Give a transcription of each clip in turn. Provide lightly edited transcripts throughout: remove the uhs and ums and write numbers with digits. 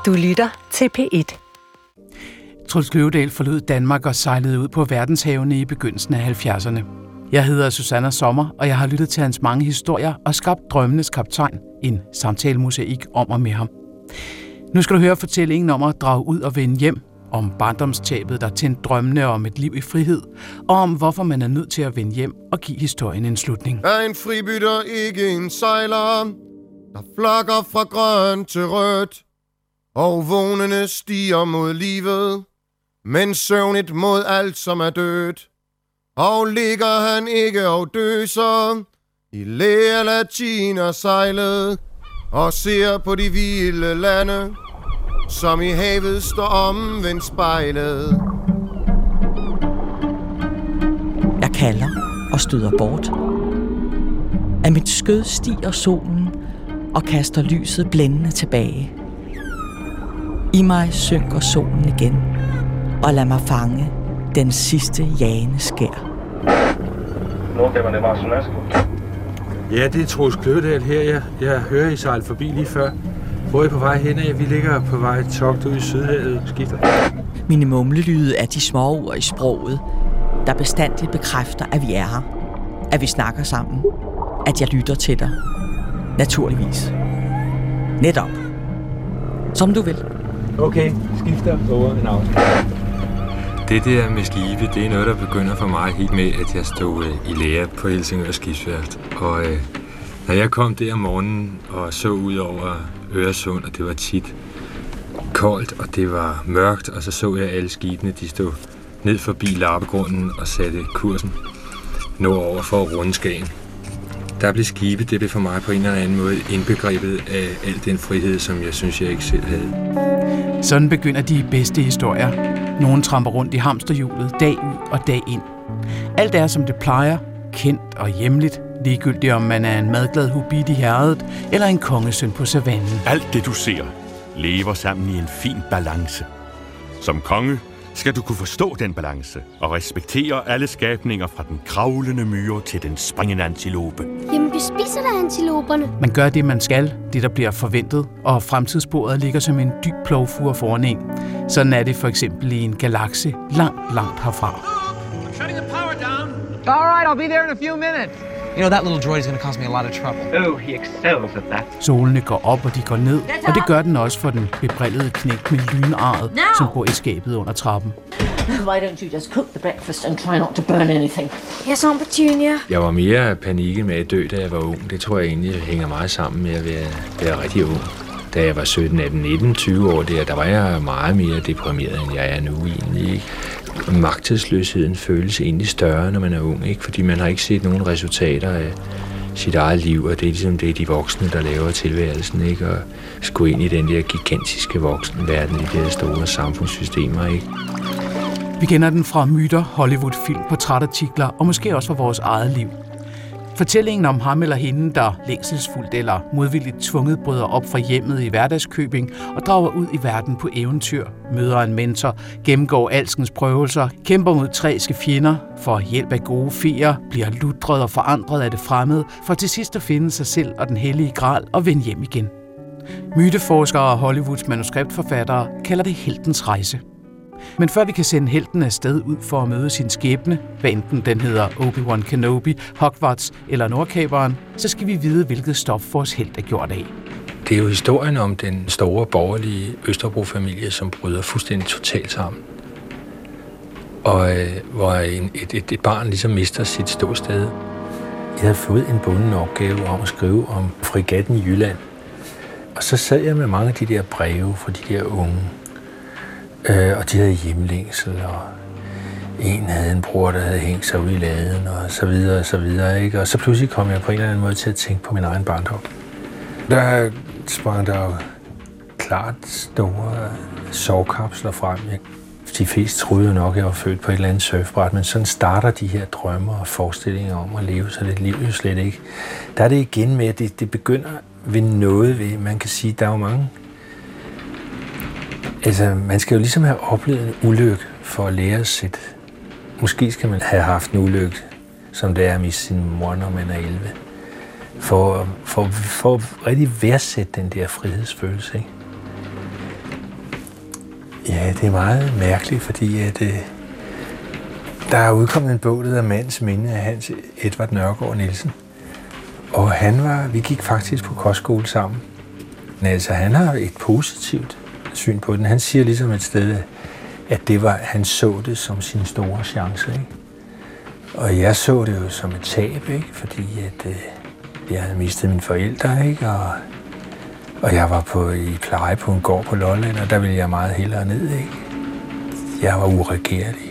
Du lytter til P1. Truls Kløvedal forlod Danmark og sejlede ud på verdenshavene i begyndelsen af 70'erne. Jeg hedder Susanna Sommer, og jeg har lyttet til hans mange historier og skabt Drømmenes Kaptajn, en samtalemosaik om og med ham. Nu skal du høre fortællingen om at drage ud og vende hjem, om barndomstabet, der tændte drømmene om et liv i frihed, og om hvorfor man er nødt til at vende hjem og give historien en slutning. Er en fribytter ikke en sejler, der flakker fra grønt til rødt, og vågnene stiger mod livet, men søvnigt mod alt som er dødt. Og ligger han ikke og døser i Lea Latina sejlet, og ser på de vilde lande, som i havet står omvendt spejlet. Jeg kalder og støder bort. Af mit skød stiger solen og kaster lyset blændende tilbage. I mig synker solen igen og lader mig fange den sidste jagende skær. Ja, det er Truls Kløvedal her. Jeg hører I sejle forbi lige før. Hvor er I på vej henad? Vi ligger på vej et togt ud i Sydhavet. Skifter. Mine mumlelyde er de små ord i sproget, der bestandigt bekræfter, at vi er her. At vi snakker sammen. At jeg lytter til dig. Naturligvis. Netop. Som du vil. Okay, skifter over en aften. Det der med skibe, det er noget, der begynder for mig helt med, at jeg stod i lære på Helsingør Skibsværft. Og når jeg kom der om morgenen og så ud over Øresund, og det var tit koldt, og det var mørkt, og så jeg alle skibene, de stod ned forbi Lappegrunden og satte kursen nordover for at runde Skagen. Der blev skibe, det blev for mig på en eller anden måde indbegrebet af al den frihed, som jeg synes, jeg ikke selv havde. Sådan begynder de bedste historier. Nogen tramper rundt i hamsterhjulet dag ud og dag ind. Alt er, som det plejer, kendt og hjemligt, ligegyldigt om man er en madglad hobbit i herredet eller en kongesøn på savannen. Alt det, du ser, lever sammen i en fin balance. Som konge skal du kunne forstå den balance og respektere alle skabninger fra den kravlende myre til den springende antilope. Jamen, vi spiser da antiloperne. Man gør det, man skal, det der bliver forventet, og fremtidssporet ligger som en dyb plovfure foran en. Sådan er det for eksempel i en galakse langt herfra. Shutting the power down. All right, I'll be there in a few minutes. You know, that little droid is going to cause me a lot of trouble. Oh, he excels at that. Solene går op, og de går ned, og det gør den også for den bebrillede knægt med lynarret, som bor i skabet under trappen. Why don't you just cook the breakfast and try not to burn anything? Yes, Aunt Petunia. Jeg var mere panikke med at dø, da jeg var ung. Det tror jeg egentlig hænger meget sammen med at være rigtig ung. Da jeg var 17, 18, 19, 20 år der var jeg meget mere deprimeret, end jeg er nu egentlig, ikke? Magtesløsheden føles egentlig større, når man er ung, ikke? Fordi man har ikke set nogen resultater af sit eget liv, og det er ligesom det, de voksne, der laver tilværelsen, ikke? Og skulle ind i den der gigantiske voksenverden, i de der store samfundssystemer, ikke? Vi kender den fra myter, Hollywood-film, portrætartikler og måske også fra vores eget liv. Fortællingen om ham eller hende, der længselsfuldt eller modvilligt tvunget bryder op fra hjemmet i hverdagskøbing og drager ud i verden på eventyr, møder en mentor, gennemgår alskens prøvelser, kæmper mod træske fjender, får hjælp af gode feer, bliver lutret og forandret af det fremmede, for til sidst at finde sig selv og den hellige gral og vende hjem igen. Myteforskere og Hollywoods manuskriptforfattere kalder det heltens rejse. Men før vi kan sende helten afsted ud for at møde sin skæbne, hvad enten den hedder Obi-Wan Kenobi, Hogwarts eller Nordkaperen, så skal vi vide, hvilket stof vores helt er gjort af. Det er jo historien om den store borgerlige Østerbro-familie, som bryder fuldstændig totalt sammen. Og hvor et barn ligesom mister sit ståsted. Jeg havde fået en bunden opgave om at skrive om fregatten i Jylland. Og så sad jeg med mange af de der breve fra de der unge. Og de havde hjemlængsel, og en havde en bror, der havde hængt sig ud i laden, og så videre, ikke? Og så pludselig kom jeg på en eller anden måde til at tænke på min egen barndom. Der sprang der jo klart store sovkapsler frem. De fleste troede nok, at jeg var født på et eller andet surfbræt, men sådan starter de her drømme og forestillinger om at leve, så det liv jo slet ikke. Der er det igen med, at det begynder ved noget ved, man kan sige, der er jo mange. Altså, man skal jo ligesom have oplevet en ulykke for at lære sit. Måske skal man have haft en ulykke, som det er med sin mor, når man er 11. For at rigtig værdsætte den der frihedsfølelse, ikke? Ja, det er meget mærkeligt, fordi at, der er udkommet en bog, der hedder Mandens Minde af Hans Edvard Nørgaard Nielsen. Og vi gik faktisk på kostskole sammen. Men altså, han har et positivt syn på den. Han siger ligesom et sted, at han så det som sin store chance, ikke? Og jeg så det jo som et tab, ikke? Fordi at, jeg havde mistet mine forældre, ikke? Og jeg var i pleje på en gård på Lolland, og der ville jeg meget hellere ned, ikke? Jeg var uregerlig.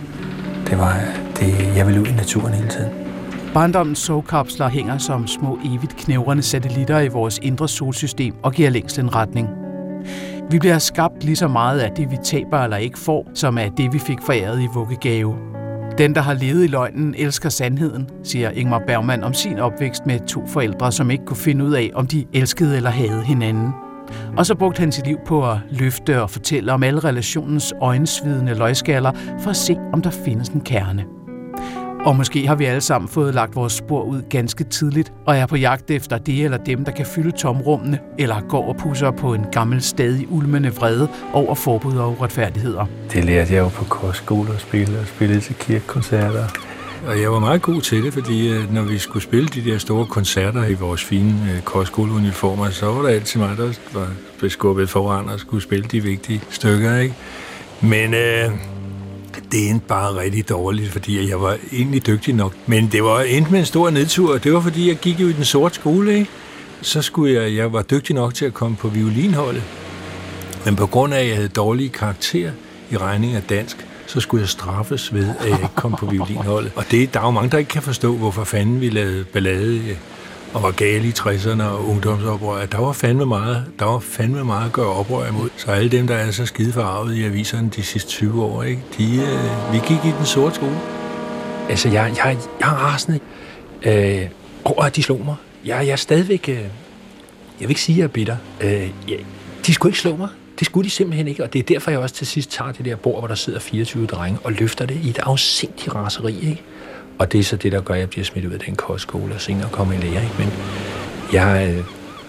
Jeg ville ud i naturen hele tiden. Barndommens sovkapsler hænger som små evigt knævrende satellitter i vores indre solsystem og giver længst en retning. Vi bliver skabt lige så meget af det, vi taber eller ikke får, som af det, vi fik foræret i vuggegave. Den, der har levet i løgnen, elsker sandheden, siger Ingmar Bergman om sin opvækst med 2 forældre, som ikke kunne finde ud af, om de elskede eller hadede hinanden. Og så brugte han sit liv på at løfte og fortælle om alle relationens øjensvidende løgskaller for at se, om der findes en kerne. Og måske har vi alle sammen fået lagt vores spor ud ganske tidligt, og er på jagt efter det eller dem, der kan fylde tomrummene, eller går og pusser på en gammel, stadig ulmende vrede over forbud og uretfærdigheder. Det lærte jeg jo på kostskole og spille til kirkekoncerter. Og jeg var meget god til det, fordi når vi skulle spille de der store koncerter i vores fine kostskoleuniformer, så var der altid mig, der var beskubbet foran og skulle spille de vigtige stykker, ikke? Men det endte bare rigtig dårligt, fordi jeg var egentlig dygtig nok. Men det var endt med en stor nedtur, og det var fordi, jeg gik jo i den sorte skole, ikke? Så jeg var dygtig nok til at komme på violinholdet. Men på grund af, at jeg havde dårlige karakterer i regning af dansk, så skulle jeg straffes ved, at jeg ikke kom på violinholdet. Og der er jo mange, der ikke kan forstå, hvorfor fanden vi lavede ballade og var gale i 60'erne og ungdomsoprør. Der var fandme meget at gøre oprør imod. Så alle dem, der er så skide forarvet i aviserne de sidste 20 år, ikke? Vi gik i den sorte skole. Altså, jeg er rasende over, at de slog mig. Jeg er stadigvæk... jeg vil ikke sige, at jeg er bitter. De skulle ikke slå mig. Det skulle de simpelthen ikke, og det er derfor, jeg også til sidst tager det der bord, hvor der sidder 24 drenge og løfter det i et afsindigt raseri, ikke? Og det er så det, der gør, at jeg bliver smidt ud af den kostskole og senere kommer i lære, ikke? Men jeg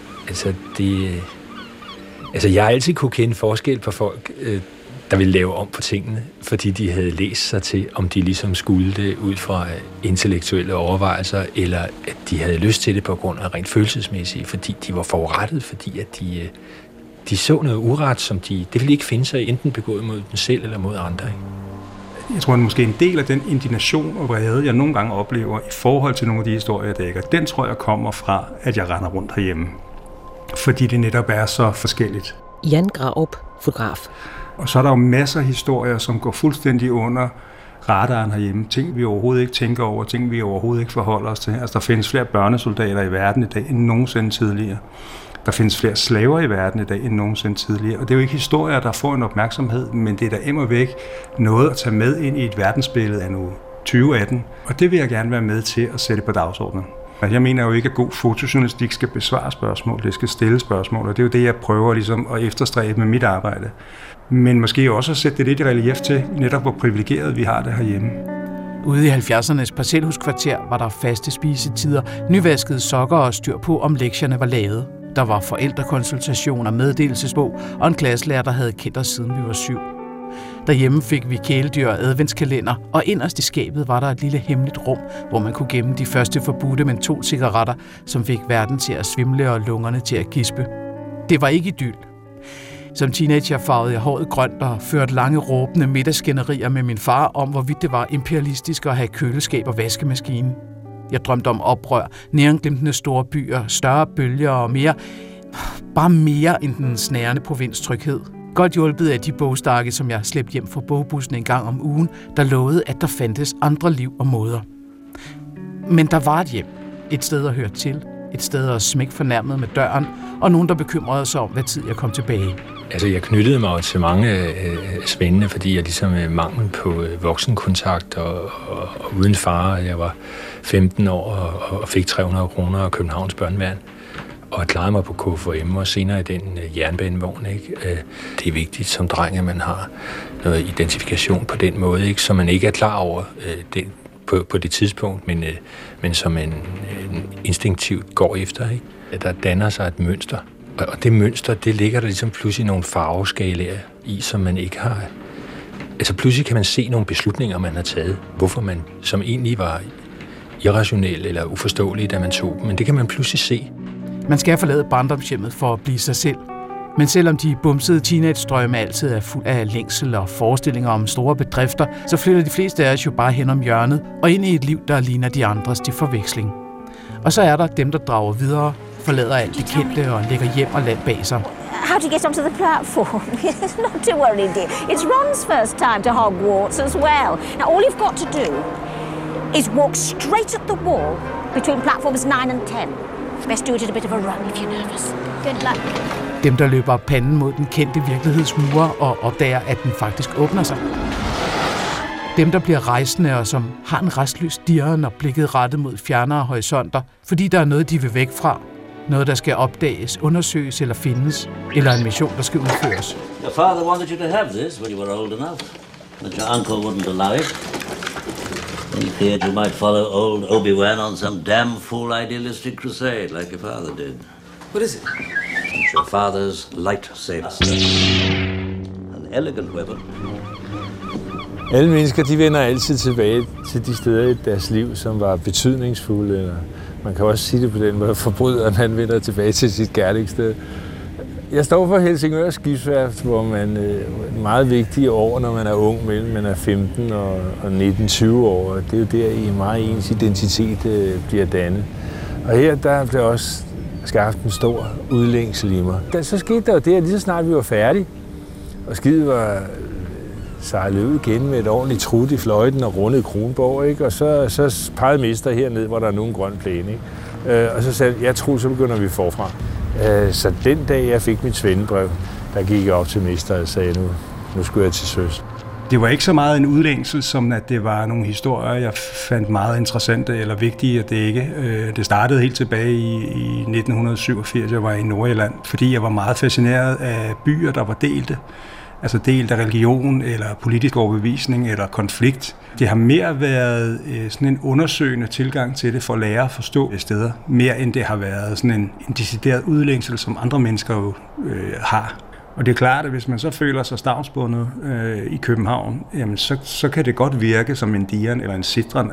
har altid kunne kende forskel på folk, der ville lave om på tingene, fordi de havde læst sig til, om de ligesom skulle det ud fra intellektuelle overvejelser, eller at de havde lyst til det på grund af rent følelsesmæssigt, fordi de var forurettet, fordi at de så noget uret, som det ville ikke finde sig enten begået mod dem selv eller mod andre, ikke? Jeg tror, at måske en del af den indignation og vrede, jeg nogle gange oplever i forhold til nogle af de historier, jeg dækker, den tror jeg kommer fra, at jeg render rundt herhjemme. Fordi det netop er så forskelligt. Jan Graup, fotograf. Og så er der jo masser af historier, som går fuldstændig under radaren herhjemme. Ting, vi overhovedet ikke tænker over, ting, vi overhovedet ikke forholder os til. Altså, der findes flere børnesoldater i verden i dag end nogensinde tidligere. Der findes flere slaver i verden i dag end nogensinde tidligere. Og det er jo ikke historier, der får en opmærksomhed, men det er da immervæk noget at tage med ind i et verdensbillede af nu 2018. Og det vil jeg gerne være med til at sætte på dagsordenen. Jeg mener jo ikke, at god fotojournalistik skal besvare spørgsmål, det skal stille spørgsmål, og det er jo det, jeg prøver ligesom at efterstræbe med mit arbejde. Men måske også at sætte det lidt i relief til, netop hvor privilegeret vi har det herhjemme. Ude i 70'ernes parcelhuskvarter var der faste spisetider, nyvaskede sokker og styr på, om lektierne var lavet. Der var forældrekonsultationer, meddelelsesbog og en klasselærer, der havde kendt os siden vi var 7. Derhjemme fik vi kæledyr og adventskalender, og inderst i skabet var der et lille hemmeligt rum, hvor man kunne gemme de første forbudte mentolcigaretter, som fik verden til at svimle og lungerne til at gispe. Det var ikke idyll. Som teenager farvede jeg håret grønt og førte lange råbende middagsskænderier med min far om, hvorvidt det var imperialistisk at have køleskab og vaskemaskine. Jeg drømte om oprør, neonglimtende store byer, større bølger og bare mere end den snærende provinstryghed. Godt hjulpet af de bogstakke, som jeg slæbte hjem fra bogbussen en gang om ugen, der lovede, at der fandtes andre liv og måder. Men der var et hjem, et sted at høre til, et sted at smække fornærmet med døren, og nogen, der bekymrede sig om, hvad tid jeg kom tilbage. Altså, jeg knyttede mig til mange svendene, fordi jeg ligesom mangel på voksenkontakt og uden far. Jeg var 15 år og fik 300 kroner af Københavns børneværn og klarede mig på KFM og senere i den jernbanevogn, ikke? Det er vigtigt som dreng, at man har noget identifikation på den måde, ikke? Så man ikke er klar over det på det tidspunkt, men som man instinktivt går efter, ikke? Der danner sig et mønster, Og det mønster, det ligger der ligesom pludselig nogle farveskalaer i, som man ikke har. Altså pludselig kan man se nogle beslutninger, man har taget, hvorfor man, som egentlig var irrationelle eller uforståelige, da man tog dem. Men det kan man pludselig se. Man skal forlade barndomshjemmet for at blive sig selv. Men selvom de bumsede teenage-drømme altid er fuld af længsel og forestillinger om store bedrifter, så flytter de fleste af os jo bare hen om hjørnet og ind i et liv, der ligner de andres til forveksling. Og så er der dem, der drager videre, forlader alt det kendte og lægger hjem og land bag sig. How to get onto the platform? Not to worry, dear. It's Ron's first time to Hogwarts as well. Now, all you've got to do is walk straight at the wall between platforms 9 and 10. Best do it at a bit of a run if you're nervous. Good luck. Dem, der løber panden mod den kendte virkelighedsmure og opdager, at den faktisk åbner sig. Dem, der bliver rejsende og som har en restløs stirren og blikket rettet mod fjernere horisonter, fordi der er noget, de vil væk fra. Noget, der skal opdages, undersøges eller findes, eller en mission, der skal udføres. Your father wanted you to have this when you were old enough, but your uncle wouldn't allow it. He feared you might follow old Obi-Wan on some damn fool idealistic crusade like your father did. What is it? It's your father's lightsaber. An elegant weapon. Alle mennesker, de vender altid tilbage til de steder i deres liv, som var betydningsfulde. Eller man kan også sige det på den måde, at forbryderen han vender tilbage til sit gerningssted. Jeg står for Helsingør Skibsværft, hvor man meget vigtige år, når man er ung, mellem man er 15 og 19-20 år. Det er jo der, i meget ens identitet bliver dannet. Og her, der blev også skabt en stor udlængsel i mig. Så skete der jo det, at lige så snart vi var færdige, og skibet var sejlet ud igen med et ordentligt trut i fløjten og rundet Kronborg, ikke? Og så pegede mester herned, hvor der er nogen grøn plæne, ikke? Og så sagde jeg tror, så begynder vi forfra. Så den dag, jeg fik mit svendebrev, der gik jeg op til mester og sagde, nu skulle jeg til søs. Det var ikke så meget en udlængsel, som at det var nogle historier, jeg fandt meget interessante eller vigtige at dække. Det startede helt tilbage i 1987, jeg var i Nordjylland, fordi jeg var meget fascineret af byer, der var delte. Altså delt af religion, eller politisk overbevisning, eller konflikt. Det har mere været sådan en undersøgende tilgang til det, for at lære at forstå steder, mere end det har været sådan en decideret udlængsel, som andre mennesker jo har. Og det er klart, at hvis man så føler sig stavnsbundet i København, jamen så kan det godt virke som en dieren eller en citron,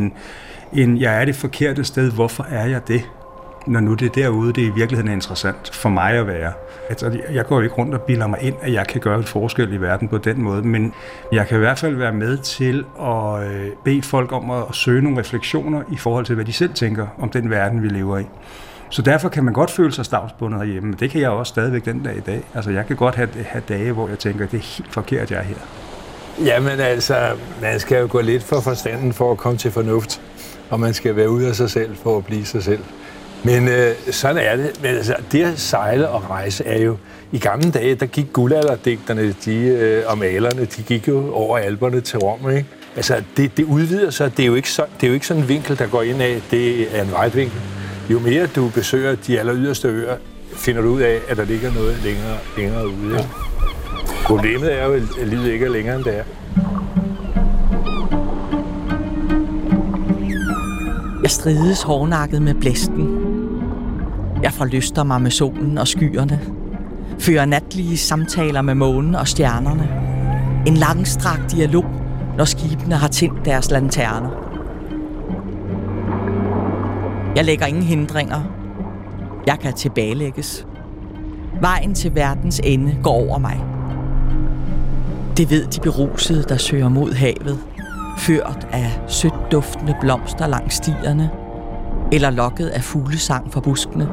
en jeg er det forkerte sted, hvorfor er jeg det? Når nu det er derude, det er i virkeligheden interessant for mig at være. Altså, jeg går jo ikke rundt og bilder mig ind, at jeg kan gøre et forskel i verden på den måde, men jeg kan i hvert fald være med til at bede folk om at søge nogle refleksioner i forhold til, hvad de selv tænker om den verden, vi lever i. Så derfor kan man godt føle sig stavnsbundet herhjemme, men det kan jeg også stadigvæk den dag i dag. Altså, jeg kan godt have dage, hvor jeg tænker, det er helt forkert, jeg er her. Jamen altså, man skal jo gå lidt for forstanden for at komme til fornuft, og man skal være ude af sig selv for at blive sig selv. Men sådan er det. Men altså, det at sejle og rejse er jo... I gamle dage, der gik guldalderdigterne og malerne, de gik jo over Alperne til Rom, ikke? Altså, det udvider sig. Det er jo ikke sådan en vinkel, der går ind af, det er en vejtvinkel. Jo mere du besøger de aller yderste øer, finder du ud af, at der ligger noget længere ude. Ikke? Problemet er jo, at livet ikke er længere, end det er. Jeg strides hårdnakket med blæsten. Jeg forlyster mig med solen og skyerne. Fører natlige samtaler med månen og stjernerne. En langstrakt dialog, når skibene har tændt deres lanterner. Jeg lægger ingen hindringer. Jeg kan tilbagelægges. Vejen til verdens ende går over mig. Det ved de berusede, der søger mod havet, ført af sødt duftende blomster langs stierne, eller lokket af fuglesang fra buskene.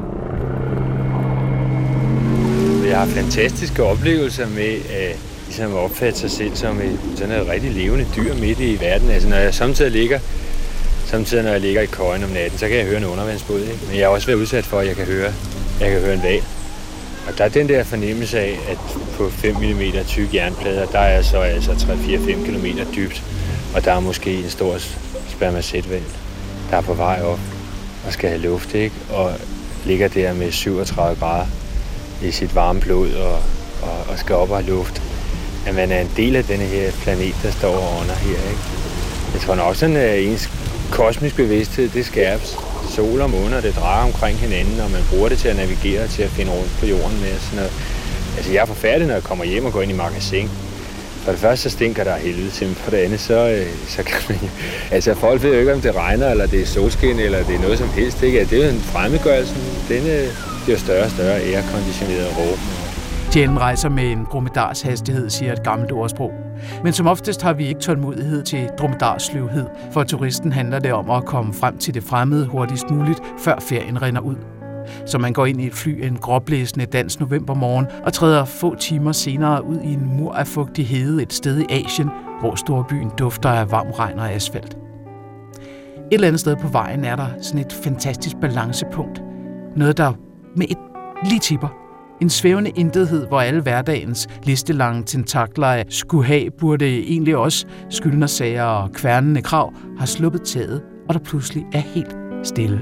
Jeg har fantastiske oplevelser med ligesom at opfatte sig selv som sådan et rigtig levende dyr midt i verden. Altså når jeg samtidig når jeg ligger i køjen om natten, så kan jeg høre en undervandsbåd, ikke? Men jeg har også været udsat for, at jeg kan høre en hval. Og der er den der fornemmelse af, at på 5 mm tykke jernplader, der er så altså 3-4-5 km dybt, og der er måske en stor spermacethval, der er på vej op og skal have luft, ikke? Og ligger der med 37 grader i sit varme blod og skal op og have luft. At man er en del af denne her planet, der står under her, ikke? Jeg tror nok sådan, at ens kosmisk bevidsthed, det skærpes. sol og måne, og det drejer omkring hinanden, og man bruger det til at navigere, til at finde rundt på jorden med. Sådan noget. Altså, jeg er forfærdelig, når jeg kommer hjem og går ind i magasin. For det første, så stinker der helvede til, men for det andet, så kan man... Altså, folk ved jo ikke, om det regner, eller det er solskin, eller det er noget som helst, ikke? Det er jo en fremmedgørelse. Den bliver større og større airconditioneret råb. Tjenen rejser med en dromedars hastighed, siger et gammelt ordsprog. Men som oftest har vi ikke tålmodighed til dromedarsløvhed. For turisten handler det om at komme frem til det fremmede hurtigst muligt, før ferien rinder ud. Så man går ind i et fly en gråblæsende dansk novembermorgen og træder få timer senere ud i en mur af fugtig hede et sted i Asien, hvor storbyen dufter af varm regn og asfalt. Et eller andet sted på vejen er der sådan et fantastisk balancepunkt. Noget, der med et lige tipper. En svævende intethed, hvor alle hverdagens listelange tentakler af skulle have, burde egentlig også skyldnersager og kværnende krav har sluppet taget, og der pludselig er helt stille.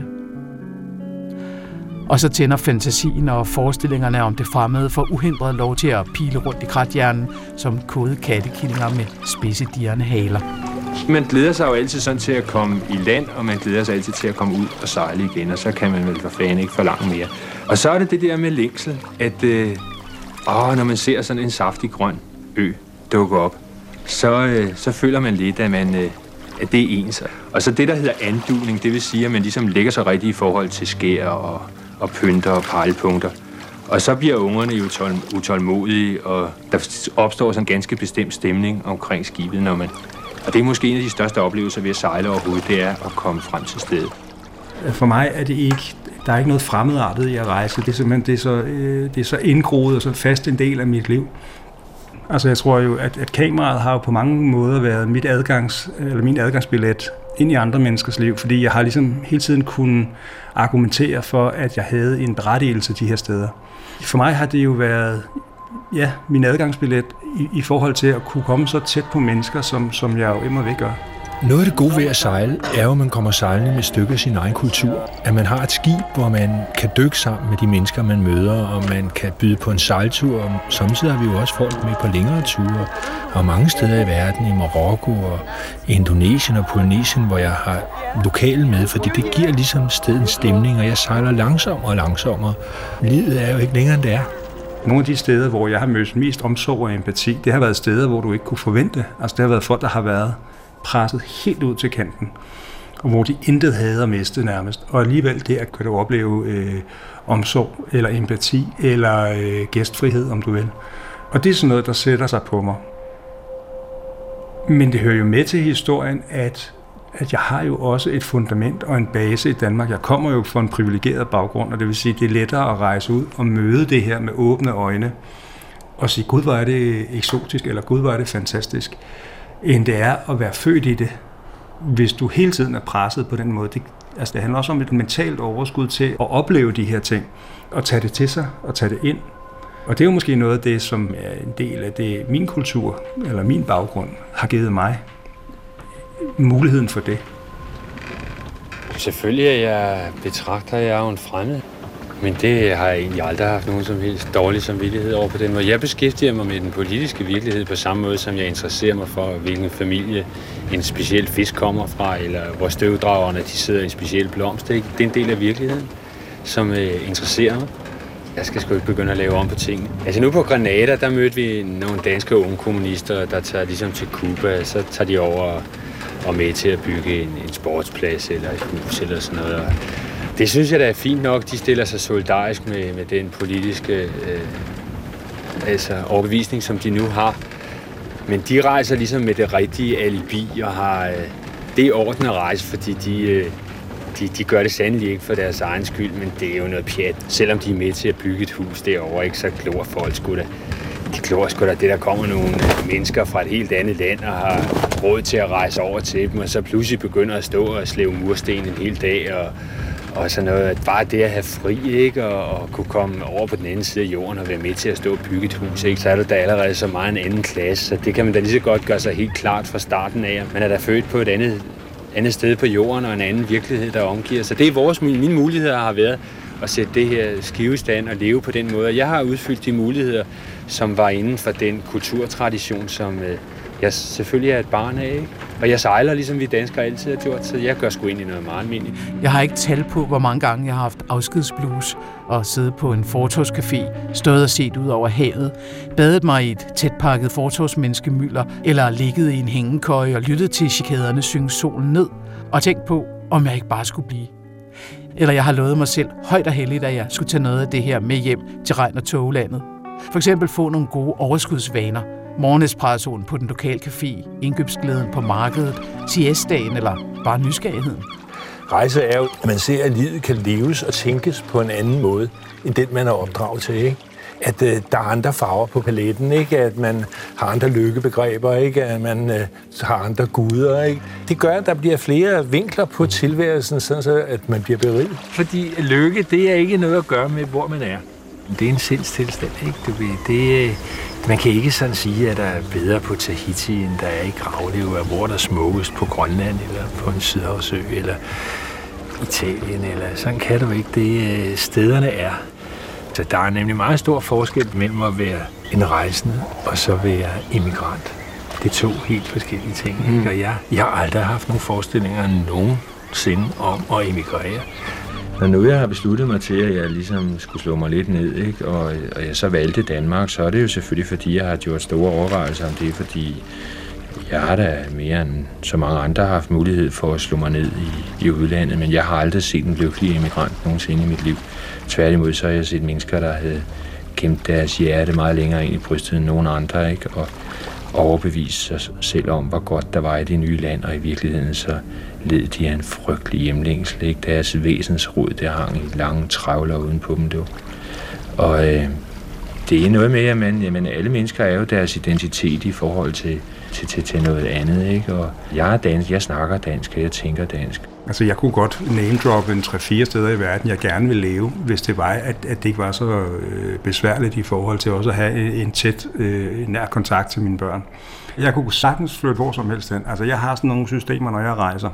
Og så tænder fantasien og forestillingerne om det fremmede for uhindret lov til at pile rundt i krathjernen som kodede kattekillinger med spidse dirrende haler. Man glæder sig jo altid sådan til at komme i land, og man glæder sig altid til at komme ud og sejle igen, og så kan man vel for fanden ikke forlange mere. Og så er det det der med længsel, at når man ser sådan en saftig grøn ø dukke op, så føler man lidt, at det er ens. Og så det, der hedder anduning, det vil sige, at man ligesom lægger sig rigtigt i forhold til skær og pynter og pejlepunkter. Og så bliver ungerne jo utålmodige, og der opstår sådan en ganske bestemt stemning omkring skibet, når man... Og det er måske en af de største oplevelser ved at sejle overhovedet, det er at komme frem til stedet. For mig er det ikke... Der er ikke noget fremmedartet i at rejse. Det er simpelthen det er så indgroet og så fast en del af mit liv. Altså jeg tror jo, at kameraet har jo på mange måder været min adgangsbillet ind i andre menneskers liv, fordi jeg har ligesom hele tiden kunnet argumentere for, at jeg havde en berettigelse de her steder. For mig har det jo været min adgangsbillet i forhold til at kunne komme så tæt på mennesker, som jeg jo immer væk gør. Noget af det gode ved at sejle er jo, at man kommer sejlende med et stykke af sin egen kultur. At man har et skib, hvor man kan dykke sammen med de mennesker, man møder, og man kan byde på en sejltur. Og samtidig har vi jo også folk med på længere ture. Og mange steder i verden, i Marokko og Indonesien og Polynesien, hvor jeg har lokale med, fordi det giver ligesom stedens stemning, og jeg sejler langsommere og langsommere. Livet er jo ikke længere, end det er. Nogle af de steder, hvor jeg har mødt mest omsorg og empati, det har været steder, hvor du ikke kunne forvente. Altså det har været folk, der har været presset helt ud til kanten, og hvor de intet havde at miste nærmest. Og alligevel der kan du opleve omsorg, eller empati, eller gæstfrihed, om du vil. Og det er sådan noget, der sætter sig på mig. Men det hører jo med til historien, at jeg har jo også et fundament og en base i Danmark. Jeg kommer jo fra en privilegeret baggrund, og det vil sige, at det er lettere at rejse ud og møde det her med åbne øjne, og sige, gud, hvor er det eksotisk, eller gud, hvor er det fantastisk, end det er at være født i det, hvis du hele tiden er presset på den måde. Det handler også om et mentalt overskud til at opleve de her ting, og tage det til sig, og tage det ind. Og det er jo måske noget af det, som er en del af det, min kultur, eller min baggrund, har givet mig muligheden for det. Selvfølgelig betragter jeg jo en fremmed, men det har jeg egentlig aldrig haft nogen som helst dårlig samvittighed over på den måde. Jeg beskæftiger mig med den politiske virkelighed på samme måde, som jeg interesserer mig for, hvilken familie en speciel fisk kommer fra, eller hvor støvdragerne de sidder i en speciel blomst. Det er en del af virkeligheden, som interesserer mig. Jeg skal sgu ikke begynde at lave om på tingene. Altså nu på Granada, der mødte vi nogle danske unge kommunister, der tager ligesom til Cuba, så tager de over og med til at bygge en sportsplads eller et hus eller sådan noget. Og det synes jeg da er fint nok. De stiller sig solidarisk med den politiske overbevisning, som de nu har. Men de rejser ligesom med det rigtige alibi og har det orden at rejse, fordi de gør det sandelig ikke for deres egen skyld, men det er jo noget pjat. Selvom de er med til at bygge et hus derovre, ikke, så glor folk sgu da. De glor sgu da det, der kommer nogle mennesker fra et helt andet land og har råd til at rejse over til dem, og så pludselig begynder at stå og slæve mursten en hel dag, og sådan noget. Bare det at have fri, ikke, og kunne komme over på den anden side af jorden og være med til at stå og bygge et hus, ikke, så er du da allerede så meget en anden klasse. Så det kan man da lige så godt gøre sig helt klart fra starten af. Man er da født på et andet sted på jorden og en anden virkelighed, der omgiver. Så det er mine muligheder har været at sætte det her skive i stand og leve på den måde. Jeg har udfyldt de muligheder, som var inden for den kulturtradition, som jeg selvfølgelig er et barn af, ikke? Og jeg sejler, ligesom vi danskere altid har gjort, så jeg gør sgu ind i noget meget almindeligt. Jeg har ikke tal på, hvor mange gange jeg har haft afskedsblues og siddet på en fortovscafé, stået og set ud over havet, badet mig i et tætpakket fortovsmenneskemylder, eller ligget i en hængekøje og lyttet til chikaderne synge solen ned, og tænkt på, om jeg ikke bare skulle blive. Eller jeg har lovet mig selv højt og heldigt, at jeg skulle tage noget af det her med hjem til regn- og toglandet. For eksempel få nogle gode overskudsvaner. Morgenespressoen på den lokale café, indkøbsglæden på markedet, siestaen eller bare nysgerrigheden. Rejse er jo, at man ser, at livet kan leves og tænkes på en anden måde, end den, man er opdraget til, ikke? At der er andre farver på paletten, ikke? At man har andre lykkebegreber, ikke? At man har andre guder, ikke? Det gør, at der bliver flere vinkler på tilværelsen, sådan at man bliver beriget. Fordi lykke, det er ikke noget at gøre med, hvor man er. Det er en sindstilstand, ikke? Man kan ikke sådan sige, at der er bedre på Tahiti, end der er i Gravlev, hvor der er smukkest på Grønland, eller på en sydhavsø, eller Italien, eller sådan kan du ikke. Det stederne er. Så der er nemlig meget stor forskel mellem at være en rejsende, og så være immigrant. Det er to helt forskellige ting, ikke? Og jeg har aldrig haft nogle forestillinger nogensinde om at emigrere. Når nu jeg har besluttet mig til, at jeg ligesom skulle slå mig lidt ned, ikke? Og jeg så valgte Danmark, så er det jo selvfølgelig, fordi jeg har gjort store overvejelser om det, fordi jeg har da mere end så mange andre haft mulighed for at slå mig ned i udlandet, men jeg har aldrig set en lykkelig emigrant nogensinde i mit liv. Tværtimod så har jeg set mennesker, der havde gemt deres hjerte meget længere ind i brystet end nogen andre, ikke? Og overbevise sig selv om, hvor godt der var i det nye land, og i virkeligheden så led de af en frygtelig hjemlængsel, ikke? Deres væsensrod, der hang i lange trævler uden på dem, du. Og det er noget med, at alle mennesker er jo deres identitet i forhold til noget andet, ikke? Og jeg er dansk, jeg snakker dansk, og jeg tænker dansk. Altså, jeg kunne godt name-droppe en 3-4 steder i verden, jeg gerne vil leve, hvis det var, at det ikke var så besværligt i forhold til også at have en tæt, nær kontakt til mine børn. Jeg kunne sagtens flytte hvor som helst hen. Altså, jeg har sådan nogle systemer, når jeg rejser.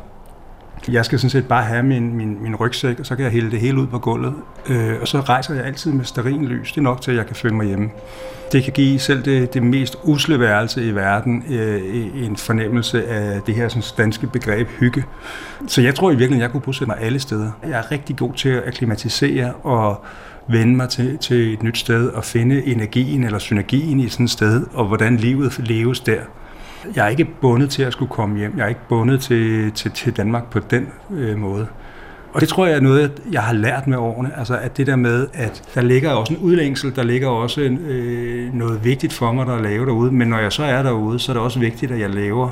Jeg skal sådan set bare have min rygsæk, og så kan jeg hælde det hele ud på gulvet. Og så rejser jeg altid med stearinlys. Det er nok til, at jeg kan føle mig hjemme. Det kan give selv det mest usle værelse i verden en fornemmelse af det her sådan, danske begreb hygge. Så jeg tror i virkeligheden, jeg kunne bosætte mig alle steder. Jeg er rigtig god til at akklimatisere og vende mig til et nyt sted og finde energien eller synergien i sådan et sted, og hvordan livet leves der. Jeg er ikke bundet til at skulle komme hjem. Jeg er ikke bundet til Danmark på den måde. Og det tror jeg er noget, jeg har lært med årene. Altså at det der med, at der ligger også en udlængsel, der ligger også noget vigtigt for mig, der er lave derude. Men når jeg så er derude, så er det også vigtigt, at jeg laver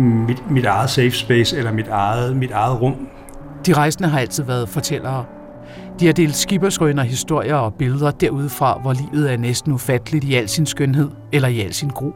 mit eget safe space eller mit eget rum. De rejsende har altid været fortællere. De har delt skippersrøner, historier og billeder derudefra, hvor livet er næsten ufatteligt i al sin skønhed eller i al sin gru.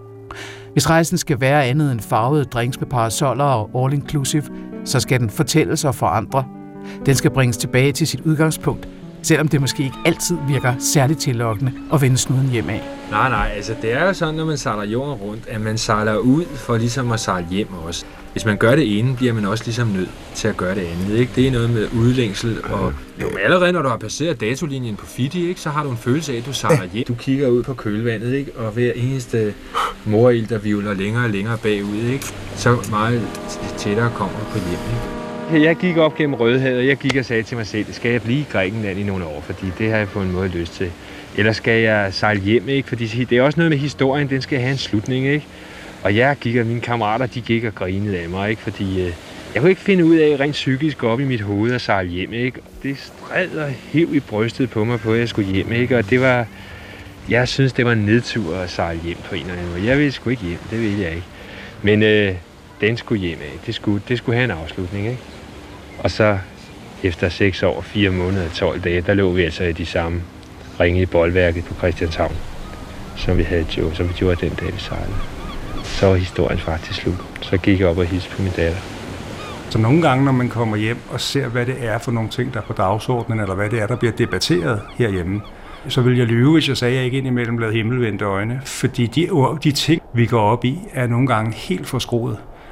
Hvis rejsen skal være andet end farvede drinks med parasoller og all-inclusive, så skal den fortælles og forandre. Den skal bringes tilbage til sit udgangspunkt, selvom det måske ikke altid virker særligt tillokkende at vende snuden hjem af. Nej, altså det er jo sådan, når man sejler jorden rundt, at man sejler ud for ligesom at sejle hjem også. Hvis man gør det ene, bliver man også ligesom nødt til at gøre det andet, ikke? Det er noget med udlængsel, og jo, allerede når du har passeret datolinjen på Fiji, ikke, så har du en følelse af, at du sejler hjem. Du kigger ud på kølvandet, ikke? Og hver eneste morild, der vivler længere og længere bagud, ikke? Så meget tættere kommer du på hjem, ikke? Jeg gik op gennem Rødehavet, og jeg gik og sagde til mig selv, skal jeg blive i Grækenland i nogle år, fordi det har jeg på en måde lyst til. Eller skal jeg sejle hjem, ikke? Fordi det er også noget med historien, den skal have en slutning, ikke? Og jeg gik, og mine kammerater, de gik og grinede af mig, ikke? Fordi jeg kunne ikke finde ud af rent psykisk op i mit hoved at sejle hjem, ikke? Det stred og hev i brystet på mig på, at jeg skulle hjem, ikke? Og det var, jeg synes, det var en nedtur at sejle hjem på en eller anden måde. Jeg ville sgu ikke hjem, det ville jeg ikke. Men den skulle hjem af. Det skulle have en afslutning, ikke? Og så efter 6 år, 4 måneder og 12 dage, der lå vi altså i de samme ringe i boldværket på Christianshavn, som vi gjorde den dag, vi sejlede. Så var historien faktisk slut. Så gik jeg op og hilste på min datter. Så nogle gange, når man kommer hjem og ser, hvad det er for nogle ting, der er på dagsordenen, eller hvad det er, der bliver debatteret herhjemme, så vil jeg lyve, hvis jeg sagde, at jeg ikke indimellem lavede himmelvendte øjne. Fordi de ting, vi går op i, er nogle gange helt forskruet.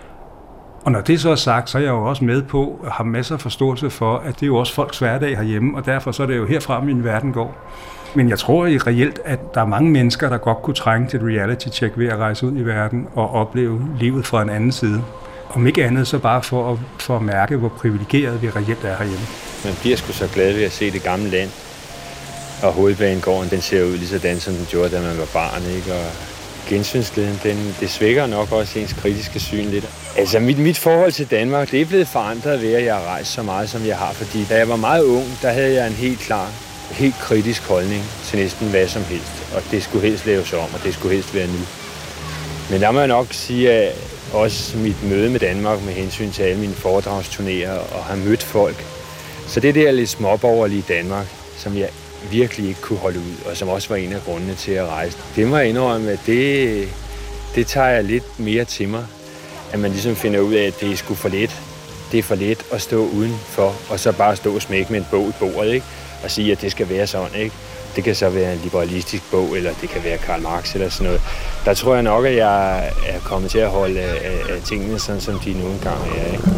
Og når det så er sagt, så er jeg jo også med på at have masser af forståelse for, at det er jo også folks hverdag herhjemme, og derfor så er det jo herfra, min verden går. Men jeg tror i reelt, at der er mange mennesker, der godt kunne trænge til et reality-check ved at rejse ud i verden og opleve livet fra en anden side. Om ikke andet, så bare for at mærke, hvor privilegeret vi reelt er herhjemme. Man bliver sgu så glad ved at se det gamle land. Og hovedbanegården, den ser ud lige sådan, som den gjorde, da man var barn, ikke? Og gensynsglæden, det svækker nok også ens kritiske syn lidt. Altså, mit forhold til Danmark, det er blevet forandret ved, at jeg har rejst så meget, som jeg har. Fordi da jeg var meget ung, der havde jeg en helt kritisk holdning til næsten hvad som helst. Og det skulle helst laves om, og det skulle helst være nu. Men der må jeg nok sige, at også mit møde med Danmark med hensyn til alle mine foredragsturnéer og har mødt folk. Så det der lidt småborgerlige Danmark, som jeg virkelig ikke kunne holde ud, og som også var en af grundene til at rejse. Det må jeg indrømme, at det tager jeg lidt mere til mig. At man ligesom finder ud af, at det er sgu for let. Det er for let at stå udenfor, og så bare stå og smække med en bog i bordet, ikke? Og sige, at det skal være sådan, ikke? Det kan så være en liberalistisk bog, eller det kan være Karl Marx eller sådan noget. Der tror jeg nok, at jeg er kommet til at holde af tingene, sådan som de nogle gange er, ikke?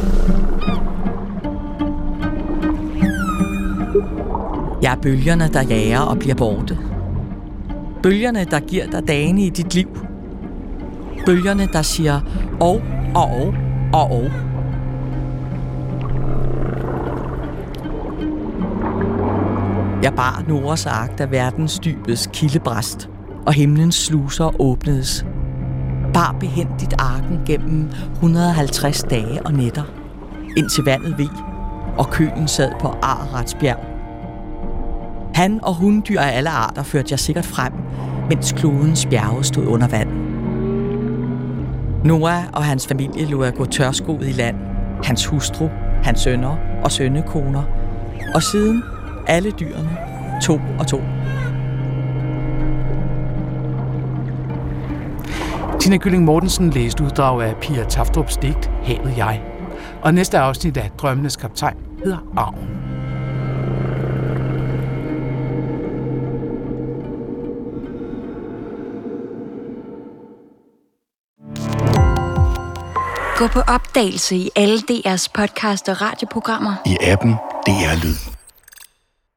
Jeg er bølgerne, der jager og bliver borte. Bølgerne, der giver dig dagene i dit liv. Bølgerne, der siger og. Jeg bar Noras ark, da verdens dybes kildebræst, og himlens sluser åbnedes. Bar behændigt arken gennem 150 dage og nætter, indtil vandet veg, og køen sad på Ararats bjerg. Han og hunddyr af alle arter førte jeg sikkert frem, mens klodens bjerge stod under vand. Noah og hans familie lod jeg gå tørskoet i land, hans hustru, hans sønner og sønnekoner, og siden alle dyrene, 2 og 2. Tina Gylling Mortensen læste uddrag af Pia Taftrups digt Havet jeg. Og næste afsnit af Drømmenes Kaptajn hedder Arven. Gå på opdagelse i alle DR's podcast og radioprogrammer. I appen DR Lyd.